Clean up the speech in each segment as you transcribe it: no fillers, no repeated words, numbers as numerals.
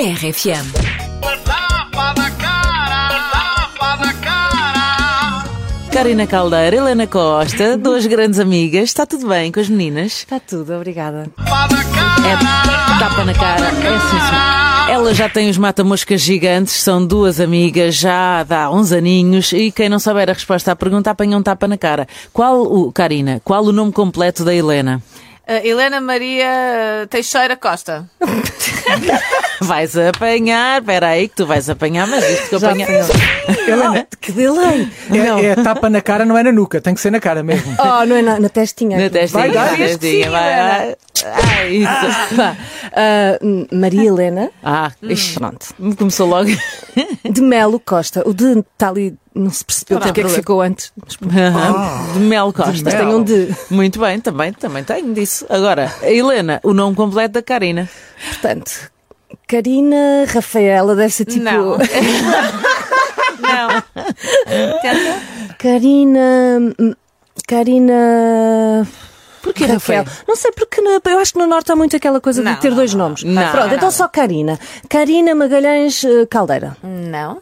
RFM. Karina Caldeira, Helena Costa, duas grandes amigas. Está tudo bem com as meninas? Está tudo, obrigada. É tapa na cara, é sim, sim. Elas já têm os mata-moscas gigantes, são duas amigas, já há uns aninhos, e quem não souber a resposta à pergunta apanha um tapa na cara. Karina, qual o nome completo da Helena? Helena Maria Teixeira Costa. Vais apanhar, espera aí que tu vais apanhar, mas isto que eu apanhar... Helena, que delay! É tapa na cara, não é na nuca, tem que ser na cara mesmo. Oh, não é na testinha. Na testinha, Vai dar na testinha, vai. Isso. Vá. Maria Helena. Pronto. Começou logo. De Melo Costa. O de está ali, não se percebeu porque é que ficou antes. De Melo Costa. Mas tem um de. Muito bem, também tenho disso. Agora, a Helena, o nome completo da Karina. Portanto, Karina Rafaela deve ser tipo. Não. Não. Karina. Porquê, Rafael? Não sei, porque eu acho que no Norte há muito aquela coisa de ter dois nomes. Pronto, então só Karina. Karina Magalhães Caldeira. Não.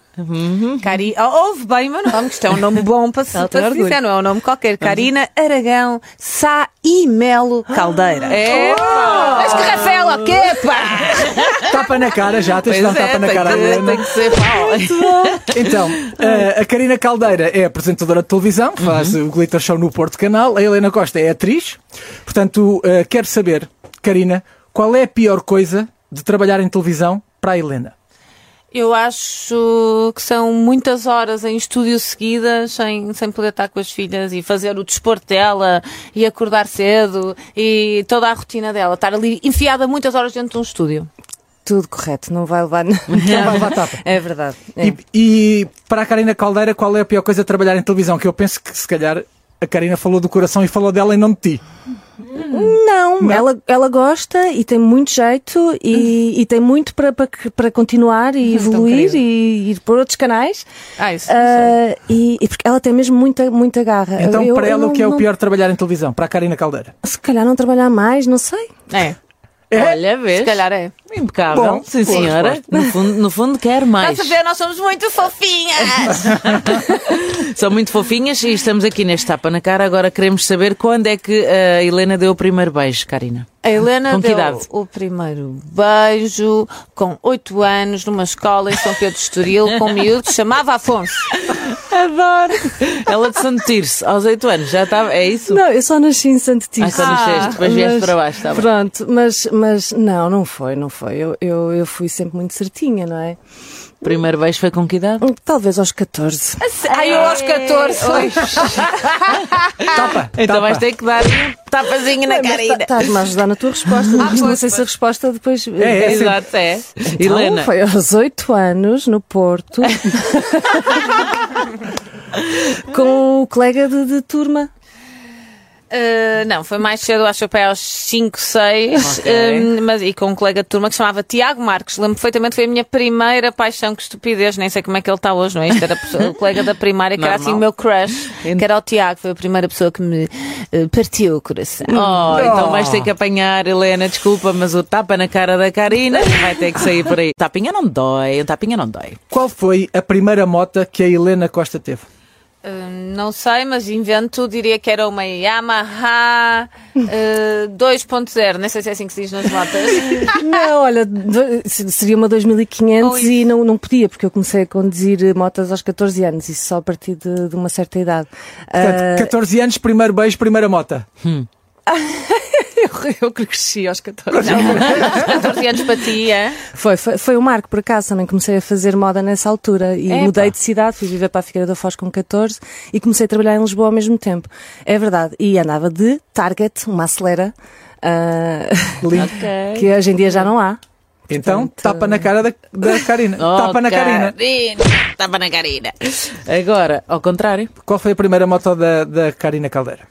Ouve bem o meu nome, que isto é um nome bom para se dizer, não é um nome qualquer. Karina Aragão Sá e Melo Caldeira. Mas que Rafaela, o quê, pá? Tapa na cara, já tens de dar um tapa na cara. Tem que ser pau. Então, a Karina Caldeira é apresentadora de televisão, faz o Glitter Show no Porto Canal. A Helena Costa é atriz. Portanto, quero saber, Karina, qual é a pior coisa de trabalhar em televisão para a Helena? Eu acho que são muitas horas em estúdio seguidas, sem poder estar com as filhas e fazer o desporto dela e acordar cedo e toda a rotina dela. Estar ali enfiada muitas horas dentro de um estúdio. Tudo correto, não vai levar. Não vai levar tapa. É verdade. É. E para a Karina Caldeira, qual é a pior coisa de trabalhar em televisão? Que eu penso que se calhar a Karina falou do coração e falou dela e não de ti. Não. Ela gosta e tem muito jeito e tem muito para continuar e evoluir e ir por outros canais. Isso. E porque ela tem mesmo muita garra. Então, para ela, o que é o pior de trabalhar em televisão? Para a Karina Caldeira? Se calhar não trabalhar mais, não sei. Olha, vês? Se calhar é. Impecável. Bom, sim, senhora. No fundo, quer mais. Estás a ver, nós somos muito fofinhas. São muito fofinhas e estamos aqui neste tapa na cara. Agora queremos saber quando é que a Helena deu o primeiro beijo, Karina. A Helena Com que deu idade? o primeiro beijo com 8 anos numa escola em São Pedro de Estoril com um miúdo que chamava Afonso. Adoro. Ela de Santo Tirso, aos 8 anos, já estava. É isso? Não, eu só nasci em Santo Tirso. Só nasceste, depois vieste para baixo, está bem. Pronto, mas não foi. Eu fui sempre muito certinha, não é? O primeiro beijo foi com que idade? Talvez aos 14. Eu aos 14. Então vais ter que dar um tapazinho na Karina. Estás-me a ajudar na tua resposta. Mas não sei se a resposta depois... Exato, é. Então, Helena. foi aos 8 anos, no Porto, com o colega de turma. Não, foi mais cedo, acho que foi aos 5, 6, e com um colega de turma que se chamava Tiago Marques. Lembro perfeitamente, foi a minha primeira paixão, que estupidez, nem sei como é que ele está hoje, não é? Isto era o colega da primária, que era assim o meu crush, que era o Tiago, foi a primeira pessoa que me partiu o coração. Então vais ter que apanhar, Helena, desculpa, mas o tapa na cara da Karina vai ter que sair por aí. Tapinha não dói. Qual foi a primeira mota que a Helena Costa teve? Não sei, mas invento, diria que era uma Yamaha 2.0, nem sei se é assim que se diz nas motas. Não, olha, seria uma 2500 e não podia, porque eu comecei a conduzir motas aos 14 anos, isso só a partir de uma certa idade. Portanto, 14 anos, primeiro beijo, primeira mota. Eu cresci aos 14. Aos 14 anos para ti, é? Foi um marco, por acaso. Também comecei a fazer moda nessa altura e mudei de cidade, fui viver para a Figueira da Foz com 14 e comecei a trabalhar em Lisboa ao mesmo tempo. É verdade. E andava de Target, uma acelera, que hoje em dia já não há. Então, tapa na cara da Karina. Tapa na Karina. Tapa na Karina. Agora, ao contrário. Qual foi a primeira moto da Karina Caldeira?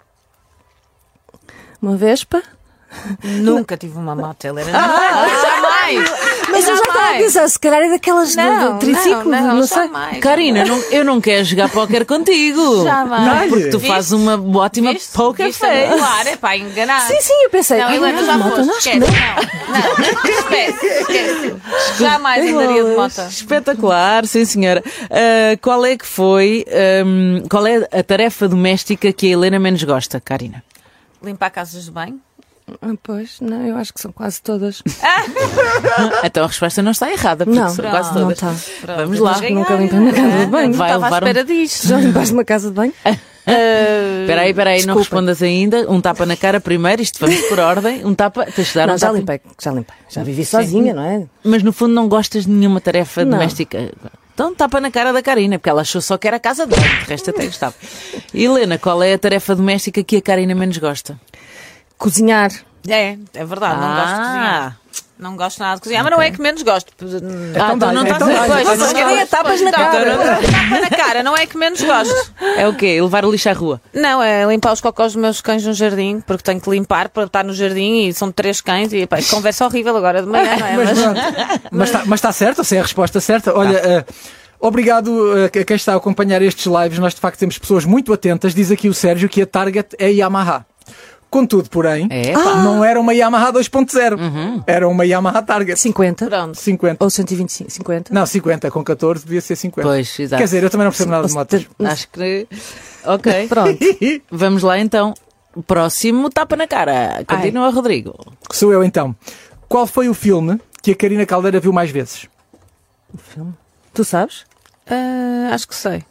Uma Vespa? Nunca tive uma moto, Helena. Jamais! Mas eu já estava a pensar, se calhar é daquelas de triciclo, não sei. Jamais, Karina, eu não quero jogar póquer contigo. Jamais. Porque tu fazes uma ótima poker face. Claro, é para enganar. Sim, eu pensei. Não, Helena, já moto, foste. Esquece, não. Esquece. Jamais andaria de moto. Espetacular, sim senhora. Qual é que foi, qual é a tarefa doméstica que a Helena menos gosta, Karina? Limpar casas de banho. Pois, não, eu acho que são quase todas. Então a resposta não está errada, porque Não, são quase não todas. está. Vamos lá. Acho que nunca limpei uma casa de banho. Vai Estava à levar espera disto. Já limpaste uma casa de banho? Espera aí, não Desculpa. respondas ainda. Um tapa na cara primeiro, isto vamos por ordem. Um tapa, tens de dar Não, um já tapa. limpei. Já vivi sozinha, não é? Mas no fundo não gostas de nenhuma tarefa Não. doméstica. Então tapa na cara da Karina, porque ela achou só que era a casa dela, de resto até gostava. Helena, qual é a tarefa doméstica que a Karina menos gosta? Cozinhar. É verdade, não gosto de cozinhar. Não gosto nada de cozinhar, mas não é que menos gosto. Então não então estás dá. a Pois, Vocês querem tapas na cara. Tapa na cara, não é que menos gosto. É o quê? Levar o lixo à rua? Não, é limpar os cocós dos meus cães no jardim, porque tenho que limpar para estar no jardim e são 3 cães e pá, conversa horrível agora de manhã, não é? Mas está certo, é a resposta certa. Olha, obrigado a quem está a acompanhar estes lives. Nós de facto temos pessoas muito atentas. Diz aqui o Sérgio que a Target é Yamaha. Contudo, porém, não era uma Yamaha 2.0. Era uma Yamaha Target. 50. Pronto. 50. Ou 125. 50. Não, 50. Com 14 devia ser 50. Pois, exato. Quer dizer, eu também não percebo nada de motos. Acho que... Ok. Pronto. Vamos lá então. Próximo tapa na cara. Continua, Rodrigo. Sou eu então. Qual foi o filme que a Karina Caldeira viu mais vezes? O filme. Tu sabes? Acho que sei.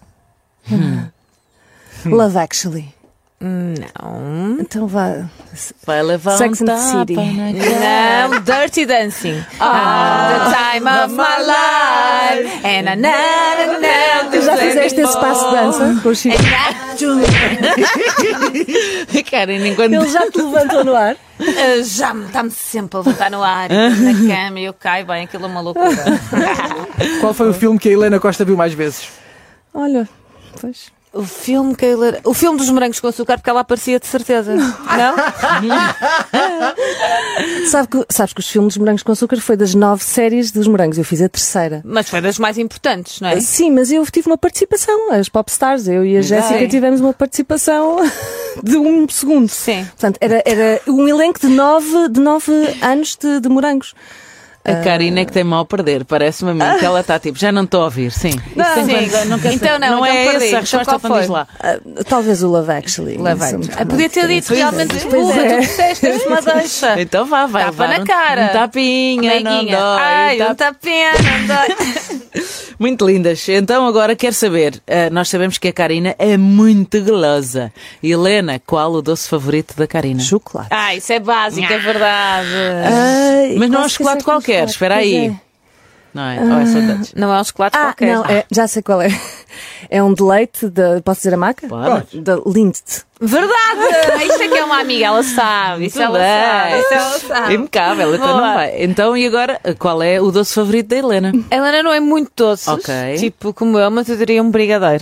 Love Actually. Não. Então vá. Vai levar Sex um and the tapa City. na cara. Não, Dirty Dancing. The time of my life. And I Já fizeste esse passo de dança com o Chico? Karina, enquanto... Ele já te levantou no ar? Já está-me sempre a levantar no ar na cama e eu caio bem, aquilo é uma loucura. Qual foi o filme que a Helena Costa viu mais vezes? Olha, pois. O filme dos morangos com açúcar, porque ela aparecia de certeza. Não? Sabes que os filmes dos Morangos com Açúcar foi das 9 séries dos Morangos. Eu fiz a 3ª. Mas foi das mais importantes, não é? Sim, mas eu tive uma participação. As Popstars, eu e a Jéssica tivemos uma participação de 1 segundo. Sim. Portanto, era um elenco de 9 anos de Morangos. A Karina é que tem mal a perder, parece-me a mim, que ela está tipo, já não estou a ouvir, sim. Então não é perdi. essa a resposta, Então qual então diz foi? lá. Talvez o Love Actually. Love Actually. Podia ter dito realmente, Pois tu é. disseste, uma deixa. Então vai Tapa levar na cara. um tapinha, não Neguinha. dói. Ai, um tapinha, não dói. Muito lindas. Então agora quero saber, nós sabemos que a Karina é muito golosa. Helena, qual o doce favorito da Karina? Chocolate. Isso é básico, é verdade. Mas não é um quase que chocolate sei que é qualquer, chocolate. espera Pois aí. é. Não é? Ou é saudades? Não é um chocolate qualquer. Não, já sei qual é. É um deleite da. Posso dizer a marca? Pode. Da Lindt. Verdade! Isto é que é uma amiga, ela sabe. Isso ela sabe. Isso ela sabe. Impecável, então Boa. não vai. Então e agora, qual é o doce favorito da Helena? A Helena não é muito doce. Ok. Tipo como eu, mas eu diria um brigadeiro.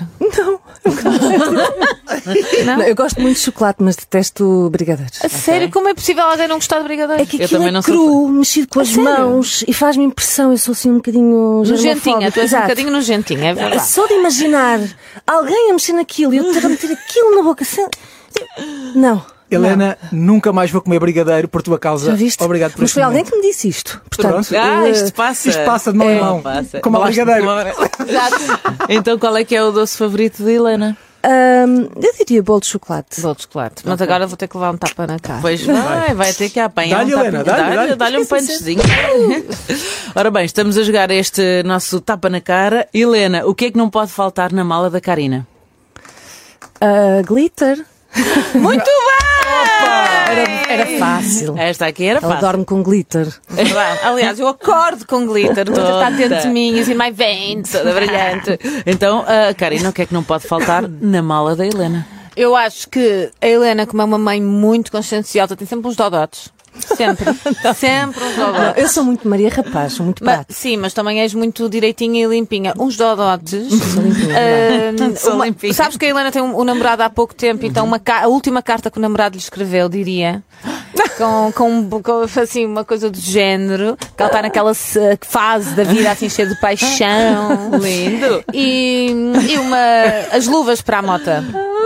Não, eu gosto muito de chocolate, mas detesto brigadeiros. A sério, como é possível alguém não gostar de brigadeiro? É que Eu aquilo também é não sou cru, mexido com as sério? mãos e faz-me impressão. Eu sou assim um bocadinho Nojentinha, tu és um Exato. bocadinho nojentinha, é verdade. Só de imaginar alguém a mexer naquilo e eu ter a meter aquilo na boca. Não. Helena, nunca mais vou comer brigadeiro por tua causa. Já viste? Obrigado por Mas este foi alguém momento. que me disse isto. Portanto, Ah, isto passa. Isto passa de mão em mão. Passa. Como ao Gosto de brigadeiro. uma- Então qual é que é o doce favorito de Helena? eu diria bolo de chocolate. Bolo de chocolate. Mas agora vou ter que levar um tapa na cara. Pois vai ter que apanhar Dá-lhe, um Helena, tapinha. dá-lhe. Dá-lhe um punchzinho. Ora bem, estamos a jogar este nosso tapa na cara. Helena, o que é que não pode faltar na mala da Karina? Glitter. Muito bem! Era fácil. Esta aqui era Ela fácil. dorme com glitter. Verdade. Aliás, eu acordo com glitter. Está dentro de mim, assim, my veins. Toda brilhante. Então, Karina, o que é que não pode faltar na mala da Helena? Eu acho que a Helena, como é uma mãe muito conscienciosa, tem sempre uns dodotes. Sempre. Sempre uns Não, dodotes. eu sou muito Maria Rapaz, sou muito prática. Sim, mas também és muito direitinha e limpinha. Uns dodotes. Sou limpinha, Sou limpinha. Sabes que a Helena tem um namorado há pouco tempo, então a última carta que o namorado lhe escreveu, diria, com assim, uma coisa do género, que ela está naquela fase da vida assim cheia de paixão. Lindo. E as luvas para a mota.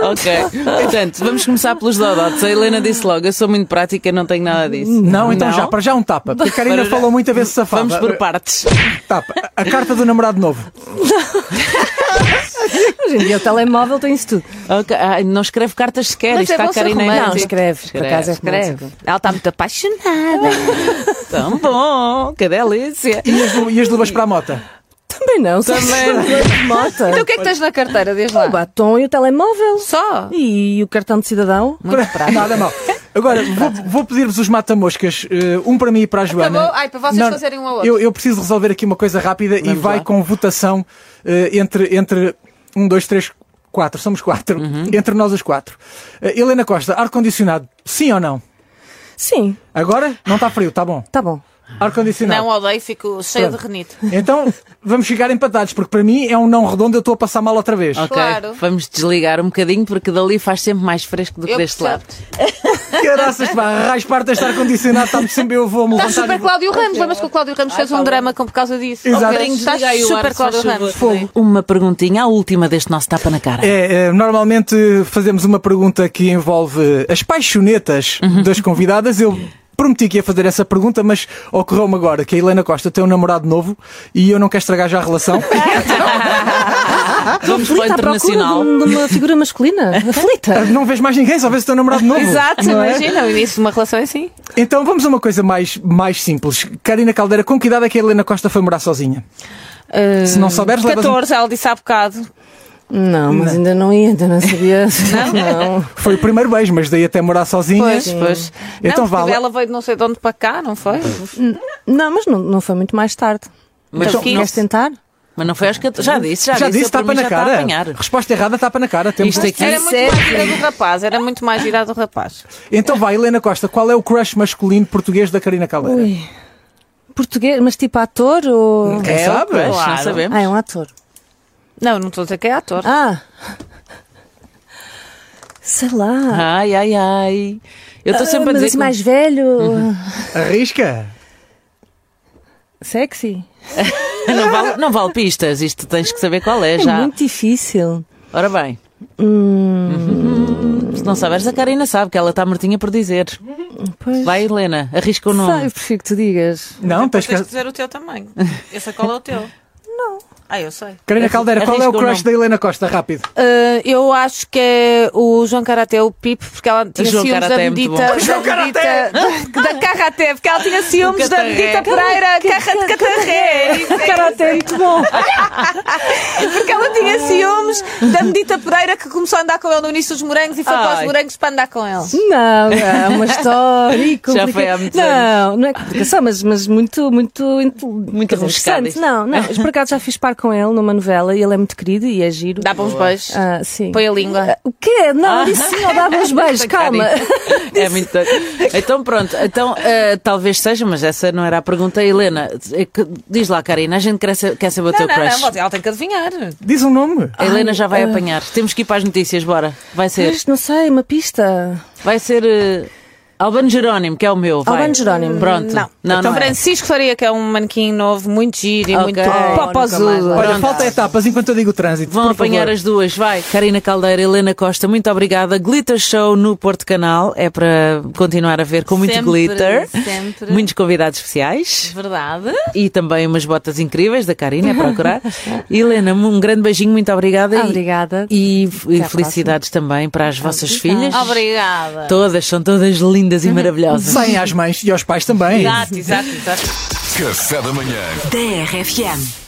Ok. Portanto, vamos começar pelos dodotes. A Helena disse logo, eu sou muito prática, não tenho nada disso. Não, então já, para já um tapa. Porque a Karina falou muito a ver se safava. Vamos por partes. Tapa. A carta do namorado novo. Hoje em dia o telemóvel tem isso tudo. Okay. Ai, não escreve cartas sequer. Mas Isto é está a bom ser Karina romântico. Não, escreve. Por acaso é romântico. Ela está muito apaixonada. Tão bom, que delícia. E as luvas para a mota? Também não, só de mota. Então o que é que tens na carteira? Diz lá. O batom e o telemóvel. Só? E o cartão de cidadão. Muito prático. Nada mal. Agora, vou pedir-vos os mata-moscas, um para mim e para a Joana. Acabou? Ai, para vocês fazerem um ao outro. Eu preciso resolver aqui uma coisa rápida e vai lá. com votação entre 1, 2, 3, 4. Somos 4. Entre nós os 4. Helena Costa, ar-condicionado, sim ou não? Sim, Agora? Não está frio, está bom. tá bom. Ar-condicionado. Não odeio, fico cheio Pronto. de renite. Então, vamos ficar empatados, porque para mim é um não redondo, eu estou a passar mal outra vez. Ok, Claro. vamos desligar um bocadinho porque dali faz sempre mais fresco do que Eu deste lado. Caraças, pá, raspar deste ar-condicionado, está-me sempre, eu vou-me Está levantar. super Cláudio Ramos. Lembras que o Cláudio Ramos fez um drama por causa disso? Exato. Está super Cláudio Ramos. Uma perguntinha, a última deste nosso tapa na cara. Normalmente fazemos uma pergunta que envolve as paixonetas das convidadas. Eu prometi que ia fazer essa pergunta, mas ocorreu-me agora que a Helena Costa tem um namorado novo e eu não quero estragar já a relação. Vamos para o Aflita à procura internacional. de uma figura masculina. Aflita. Não vês mais ninguém, só vês o teu namorado novo. Exato, não é? imagina, o início de uma relação é assim. Então vamos a uma coisa mais simples. Karina Caldeira, com que idade é que a Helena Costa foi morar sozinha? Se não souberes, levas 14, ela disse há bocado. Não, mas ainda não ia, ainda não sabia. Não. Foi o primeiro beijo, mas daí até morar sozinha. Pois. Então Não, vá lá. ela veio de não sei de onde para cá, não foi? Não, mas não foi muito mais tarde. Mas, Então, não, Queres tentar? mas não foi aos 14. Já disse, Já disse, eu, para tapa mim, na já está a cara. apanhar. Resposta errada, tapa na cara. Temos Isto aqui- Era muito mais idade do rapaz, era muito mais idade do rapaz. Então vai, Helena Costa, qual é o crush masculino português da Karina Caldeira? Ui. Português, mas tipo ator ou. Quem sabe? Pois, não Claro. sabemos. Ah, é um ator. Não estou a dizer que é ator. Sei lá. Ai. Eu estou sempre a mas dizer assim mais velho. Arrisca. Sexy. que não vale pistas. Isto tens que saber qual é É já. muito difícil. Ora bem. Se não saberes, a Karina sabe que ela está mortinha por dizer. Pois. Vai, Helena, arrisca o Sei, nome. eu prefiro que tu digas. Não, tens que... Tens de dizer o teu também. Eu sei qual é o teu. Não. Ah, eu sei. Karina Caldeira, qual é o Arrisca o crush nome. da Helena Costa? Rápido. Eu acho que é o João Karaté, o Pipo, porque ela tinha João ciúmes da Karaté é muito Medita. bom. João Karaté! Da Karaté, porque ela tinha ciúmes da Catarré. Medita Pereira, Catarré. Karate é muito bom. Porque ela tinha ciúmes da Medita Pereira que começou a andar com ele no início dos morangos e foi para os Ai. morangos para andar com ele. Não, é uma história Já foi há muitos Não é complicação, mas muito rebuscada. interessante. Não, mas por acaso já fiz par com ele numa novela e ele é muito querido e é giro. Dá para uns beijos. Ah, sim. Põe a língua. O quê? Não, disse sim, ele dava uns beijos, calma. É muito. Então pronto, talvez seja, mas essa não era a pergunta, Helena. Diz lá, Karina, a gente quer saber o teu crush. Não, ela tem que adivinhar. Diz um nome. A Helena já vai apanhar. Temos que ir para as notícias, bora. Vai ser. Mas não sei, uma pista. Vai ser Albano Jerónimo, que é o meu. Vai. Albano Jerónimo. Pronto. Não. Não Então, é. Francisco Faria, que é um manequim novo, muito giro e Ok. muito Nunca mais popozudo. vai. Olha, Pronto. falta etapas enquanto eu digo o trânsito. Vão por apanhar favor. as duas, vai. Karina Caldeira, Helena Costa, muito obrigada. Glitter Show no Porto Canal. É para continuar a ver com muito Sempre, glitter. sempre. Muitos convidados especiais. Verdade. E também umas botas incríveis da Karina, é procurar. Helena, um grande beijinho, muito obrigada. Obrigada. E Até à felicidades também para as vossas filhas. Obrigada. Todas, são todas lindas e maravilhosas. Bem às mães e aos pais também. Exato. Café da manhã. TRFM.